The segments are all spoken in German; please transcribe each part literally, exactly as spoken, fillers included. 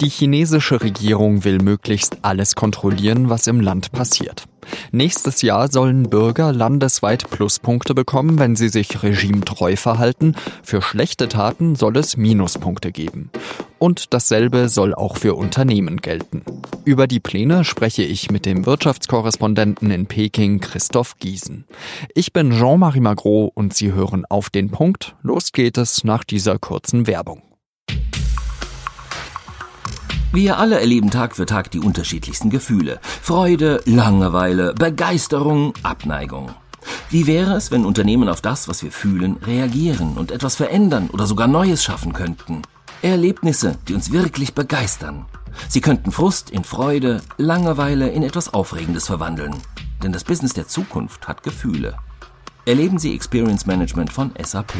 Die chinesische Regierung will möglichst alles kontrollieren, was im Land passiert. Nächstes Jahr sollen Bürger landesweit Pluspunkte bekommen, wenn sie sich regimetreu verhalten. Für schlechte Taten soll es Minuspunkte geben. Und dasselbe soll auch für Unternehmen gelten. Über die Pläne spreche ich mit dem Wirtschaftskorrespondenten in Peking, Christoph Giesen. Ich bin Jean-Marie Magro und Sie hören auf den Punkt. Los geht es nach dieser kurzen Werbung. Wir alle erleben Tag für Tag die unterschiedlichsten Gefühle. Freude, Langeweile, Begeisterung, Abneigung. Wie wäre es, wenn Unternehmen auf das, was wir fühlen, reagieren und etwas verändern oder sogar Neues schaffen könnten? Erlebnisse, die uns wirklich begeistern. Sie könnten Frust in Freude, Langeweile in etwas Aufregendes verwandeln. Denn das Business der Zukunft hat Gefühle. Erleben Sie Experience Management von S A P.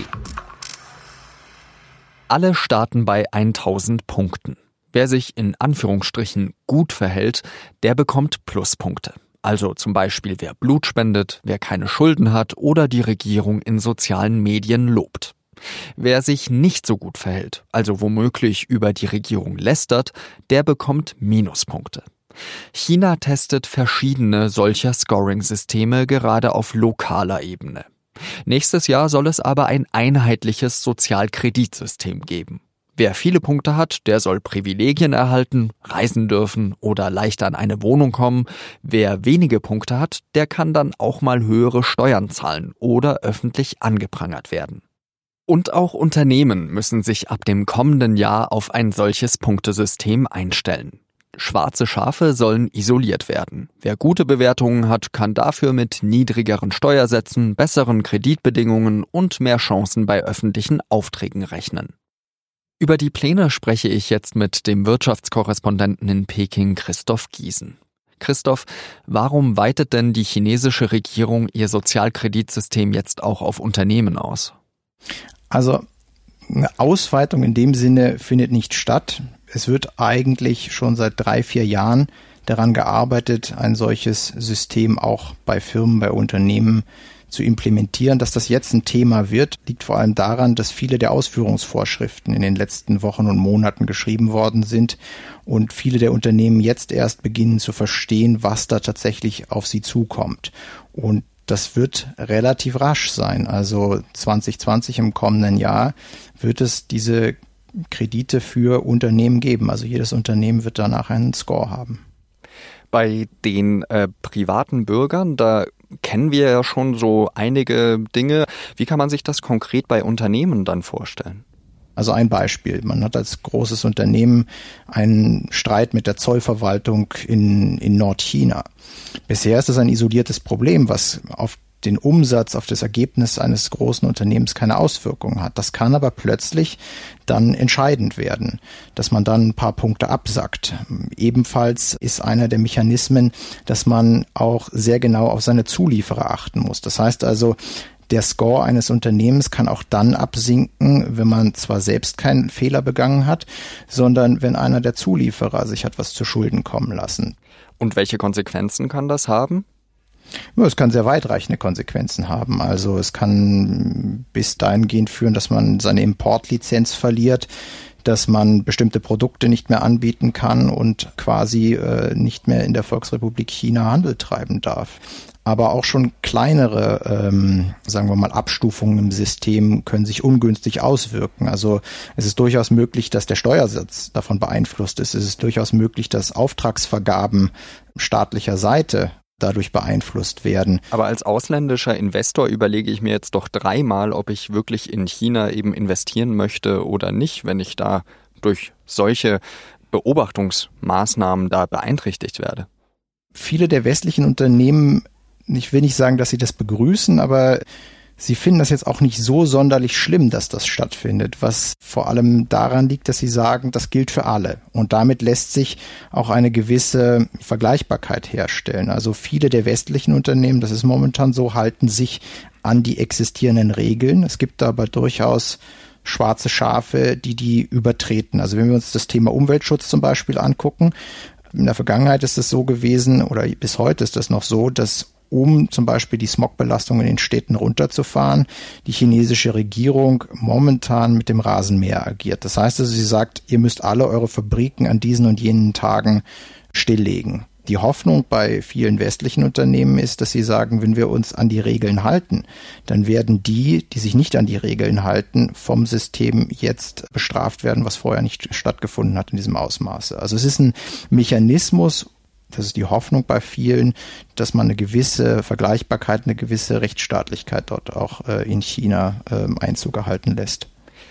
Alle starten bei tausend Punkten. Wer sich in Anführungsstrichen gut verhält, der bekommt Pluspunkte. Also zum Beispiel wer Blut spendet, wer keine Schulden hat oder die Regierung in sozialen Medien lobt. Wer sich nicht so gut verhält, also womöglich über die Regierung lästert, der bekommt Minuspunkte. China testet verschiedene solcher Scoring-Systeme gerade auf lokaler Ebene. Nächstes Jahr soll es aber ein einheitliches Sozialkreditsystem geben. Wer viele Punkte hat, der soll Privilegien erhalten, reisen dürfen oder leichter an eine Wohnung kommen. Wer wenige Punkte hat, der kann dann auch mal höhere Steuern zahlen oder öffentlich angeprangert werden. Und auch Unternehmen müssen sich ab dem kommenden Jahr auf ein solches Punktesystem einstellen. Schwarze Schafe sollen isoliert werden. Wer gute Bewertungen hat, kann dafür mit niedrigeren Steuersätzen, besseren Kreditbedingungen und mehr Chancen bei öffentlichen Aufträgen rechnen. Über die Pläne spreche ich jetzt mit dem Wirtschaftskorrespondenten in Peking, Christoph Giesen. Christoph, warum weitet denn die chinesische Regierung ihr Sozialkreditsystem jetzt auch auf Unternehmen aus? Also eine Ausweitung in dem Sinne findet nicht statt. Es wird eigentlich schon seit drei, vier Jahren daran gearbeitet, ein solches System auch bei Firmen, bei Unternehmen zu implementieren. Dass das jetzt ein Thema wird, liegt vor allem daran, dass viele der Ausführungsvorschriften in den letzten Wochen und Monaten geschrieben worden sind und viele der Unternehmen jetzt erst beginnen zu verstehen, was da tatsächlich auf sie zukommt. Und das wird relativ rasch sein. Also zwanzig zwanzig im kommenden Jahr wird es diese Kredite für Unternehmen geben. Also jedes Unternehmen wird danach einen Score haben. Bei den äh, privaten Bürgern, da kennen wir ja schon so einige Dinge. Wie kann man sich das konkret bei Unternehmen dann vorstellen? Also ein Beispiel. Man hat als großes Unternehmen einen Streit mit der Zollverwaltung in, in Nordchina. Bisher ist es ein isoliertes Problem, was auf den Umsatz, auf das Ergebnis eines großen Unternehmens keine Auswirkungen hat. Das kann aber plötzlich dann entscheidend werden, dass man dann ein paar Punkte absackt. Ebenfalls ist einer der Mechanismen, dass man auch sehr genau auf seine Zulieferer achten muss. Das heißt also, der Score eines Unternehmens kann auch dann absinken, wenn man zwar selbst keinen Fehler begangen hat, sondern wenn einer der Zulieferer sich hat was zu Schulden kommen lassen. Und welche Konsequenzen kann das haben? Es kann sehr weitreichende Konsequenzen haben. Also es kann bis dahingehend führen, dass man seine Importlizenz verliert, dass man bestimmte Produkte nicht mehr anbieten kann und quasi äh, nicht mehr in der Volksrepublik China Handel treiben darf. Aber auch schon kleinere, ähm, sagen wir mal, Abstufungen im System können sich ungünstig auswirken. Also es ist durchaus möglich, dass der Steuersatz davon beeinflusst ist. Es ist durchaus möglich, dass Auftragsvergaben staatlicher Seite dadurch beeinflusst werden. Aber als ausländischer Investor überlege ich mir jetzt doch dreimal, ob ich wirklich in China eben investieren möchte oder nicht, wenn ich da durch solche Beobachtungsmaßnahmen da beeinträchtigt werde. Viele der westlichen Unternehmen, ich will nicht sagen, dass sie das begrüßen, aber sie finden das jetzt auch nicht so sonderlich schlimm, dass das stattfindet, was vor allem daran liegt, dass sie sagen, das gilt für alle. Und damit lässt sich auch eine gewisse Vergleichbarkeit herstellen. Also viele der westlichen Unternehmen, das ist momentan so, halten sich an die existierenden Regeln. Es gibt aber durchaus schwarze Schafe, die die übertreten. Also wenn wir uns das Thema Umweltschutz zum Beispiel angucken, in der Vergangenheit ist es so gewesen, oder bis heute ist es noch so, dass um zum Beispiel die Smogbelastung in den Städten runterzufahren, die chinesische Regierung momentan mit dem Rasenmäher agiert. Das heißt also, sie sagt, ihr müsst alle eure Fabriken an diesen und jenen Tagen stilllegen. Die Hoffnung bei vielen westlichen Unternehmen ist, dass sie sagen, wenn wir uns an die Regeln halten, dann werden die, die sich nicht an die Regeln halten, vom System jetzt bestraft werden, was vorher nicht stattgefunden hat in diesem Ausmaße. Also es ist ein Mechanismus, das ist die Hoffnung bei vielen, dass man eine gewisse Vergleichbarkeit, eine gewisse Rechtsstaatlichkeit dort auch in China Einzug erhalten lässt.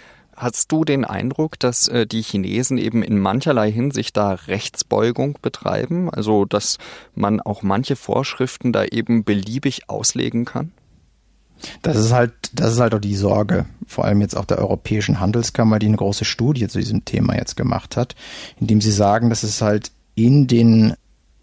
Hast du den Eindruck, dass äh, die Chinesen eben in mancherlei Hinsicht da Rechtsbeugung betreiben? Also, dass man auch manche Vorschriften da eben beliebig auslegen kann? Das ist halt, das ist halt auch die Sorge, vor allem jetzt auch der Europäischen Handelskammer, die eine große Studie zu diesem Thema jetzt gemacht hat, indem sie sagen, dass es halt in den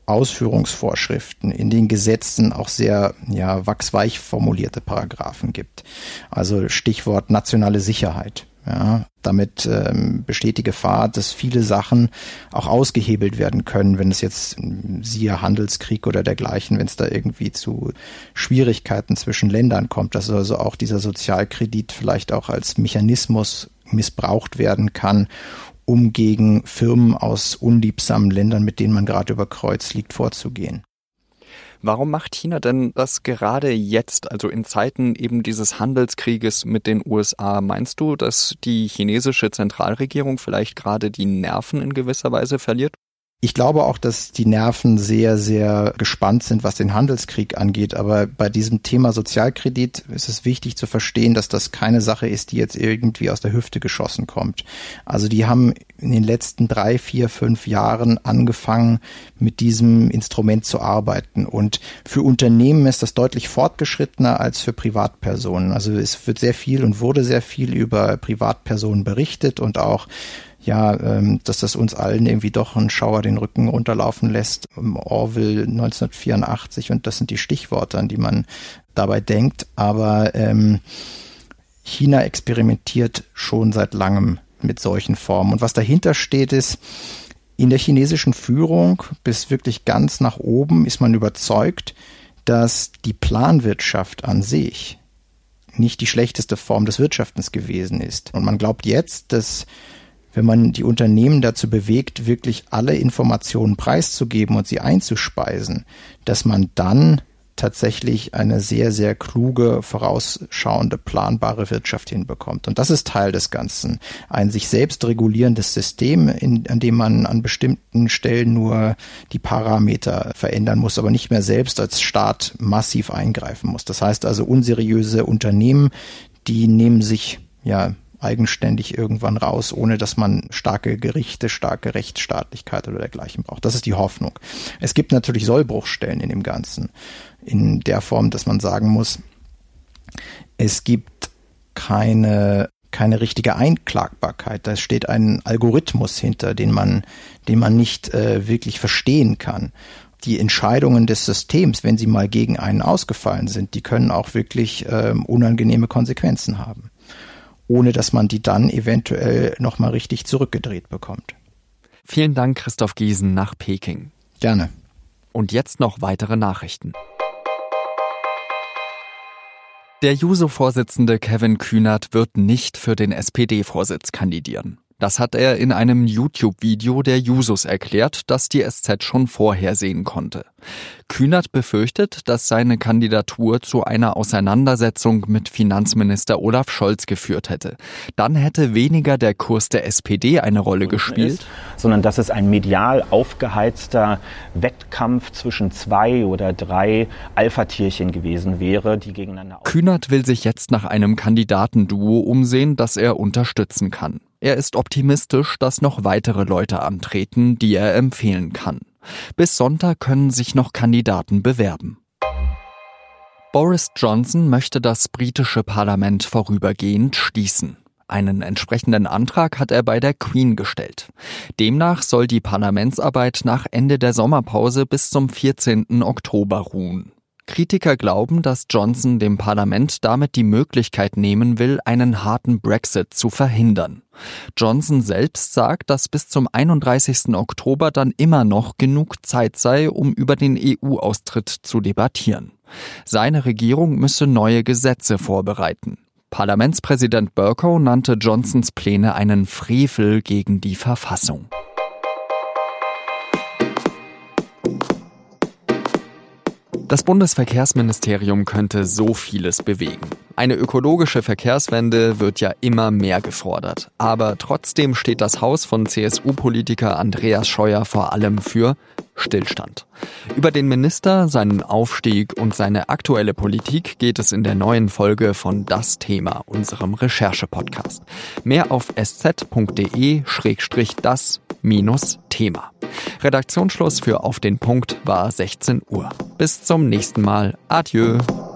Ausführungsvorschriften, in den Gesetzen auch sehr ja, wachsweich formulierte Paragraphen gibt. Also Stichwort nationale Sicherheit. Ja, damit ähm, besteht die Gefahr, dass viele Sachen auch ausgehebelt werden können, wenn es jetzt, siehe Handelskrieg oder dergleichen, wenn es da irgendwie zu Schwierigkeiten zwischen Ländern kommt, dass also auch dieser Sozialkredit vielleicht auch als Mechanismus missbraucht werden kann, um gegen Firmen aus unliebsamen Ländern, mit denen man gerade über Kreuz liegt, vorzugehen. Warum macht China denn das gerade jetzt, also in Zeiten eben dieses Handelskrieges mit den U S A? Meinst du, dass die chinesische Zentralregierung vielleicht gerade die Nerven in gewisser Weise verliert? Ich glaube auch, dass die Nerven sehr, sehr gespannt sind, was den Handelskrieg angeht. Aber bei diesem Thema Sozialkredit ist es wichtig zu verstehen, dass das keine Sache ist, die jetzt irgendwie aus der Hüfte geschossen kommt. Also die haben in den letzten drei, vier, fünf Jahren angefangen, mit diesem Instrument zu arbeiten. Und für Unternehmen ist das deutlich fortgeschrittener als für Privatpersonen. Also es wird sehr viel und wurde sehr viel über Privatpersonen berichtet und auch ja, ähm, dass das uns allen irgendwie doch einen Schauer den Rücken runterlaufen lässt. Orwell neunzehnhundertvierundachtzig und das sind die Stichworte, an die man dabei denkt. Aber ähm, China experimentiert schon seit langem mit solchen Formen. Und was dahinter steht, ist, in der chinesischen Führung bis wirklich ganz nach oben ist man überzeugt, dass die Planwirtschaft an sich nicht die schlechteste Form des Wirtschaftens gewesen ist. Und man glaubt jetzt, dass wenn man die Unternehmen dazu bewegt, wirklich alle Informationen preiszugeben und sie einzuspeisen, dass man dann tatsächlich eine sehr, sehr kluge, vorausschauende, planbare Wirtschaft hinbekommt. Und das ist Teil des Ganzen. Ein sich selbst regulierendes System, in, an dem man an bestimmten Stellen nur die Parameter verändern muss, aber nicht mehr selbst als Staat massiv eingreifen muss. Das heißt also, unseriöse Unternehmen, die nehmen sich ja eigenständig irgendwann raus, ohne dass man starke Gerichte, starke Rechtsstaatlichkeit oder dergleichen braucht. Das ist die Hoffnung. Es gibt natürlich Sollbruchstellen in dem Ganzen, in der Form, dass man sagen muss, es gibt keine keine richtige Einklagbarkeit. Da steht ein Algorithmus hinter, den man den man nicht äh, wirklich verstehen kann. Die Entscheidungen des Systems, wenn sie mal gegen einen ausgefallen sind, die können auch wirklich äh, unangenehme Konsequenzen haben, ohne dass man die dann eventuell nochmal richtig zurückgedreht bekommt. Vielen Dank, Christoph Giesen nach Peking. Gerne. Und jetzt noch weitere Nachrichten. Der Juso-Vorsitzende Kevin Kühnert wird nicht für den S P D-Vorsitz kandidieren. Das hat er in einem YouTube-Video der Jusos erklärt, das die S Z schon vorhersehen konnte. Kühnert befürchtet, dass seine Kandidatur zu einer Auseinandersetzung mit Finanzminister Olaf Scholz geführt hätte. Dann hätte weniger der Kurs der S P D eine Rolle gespielt, ist, sondern dass es ein medial aufgeheizter Wettkampf zwischen zwei oder drei Alpha-Tierchen gewesen wäre, die gegeneinander... Kühnert will sich jetzt nach einem Kandidatenduo umsehen, das er unterstützen kann. Er ist optimistisch, dass noch weitere Leute antreten, die er empfehlen kann. Bis Sonntag können sich noch Kandidaten bewerben. Boris Johnson möchte das britische Parlament vorübergehend schließen. Einen entsprechenden Antrag hat er bei der Queen gestellt. Demnach soll die Parlamentsarbeit nach Ende der Sommerpause bis zum vierzehnten Oktober ruhen. Kritiker glauben, dass Johnson dem Parlament damit die Möglichkeit nehmen will, einen harten Brexit zu verhindern. Johnson selbst sagt, dass bis zum einunddreißigsten Oktober dann immer noch genug Zeit sei, um über den E U-Austritt zu debattieren. Seine Regierung müsse neue Gesetze vorbereiten. Parlamentspräsident Bercow nannte Johnsons Pläne einen Frevel gegen die Verfassung. Das Bundesverkehrsministerium könnte so vieles bewegen. Eine ökologische Verkehrswende wird ja immer mehr gefordert. Aber trotzdem steht das Haus von C S U-Politiker Andreas Scheuer vor allem für Stillstand. Über den Minister, seinen Aufstieg und seine aktuelle Politik geht es in der neuen Folge von Das Thema, unserem Recherche-Podcast. Mehr auf sz.de schrägstrich das minus Thema. Redaktionsschluss für Auf den Punkt war sechzehn Uhr. Bis zum nächsten Mal. Adieu.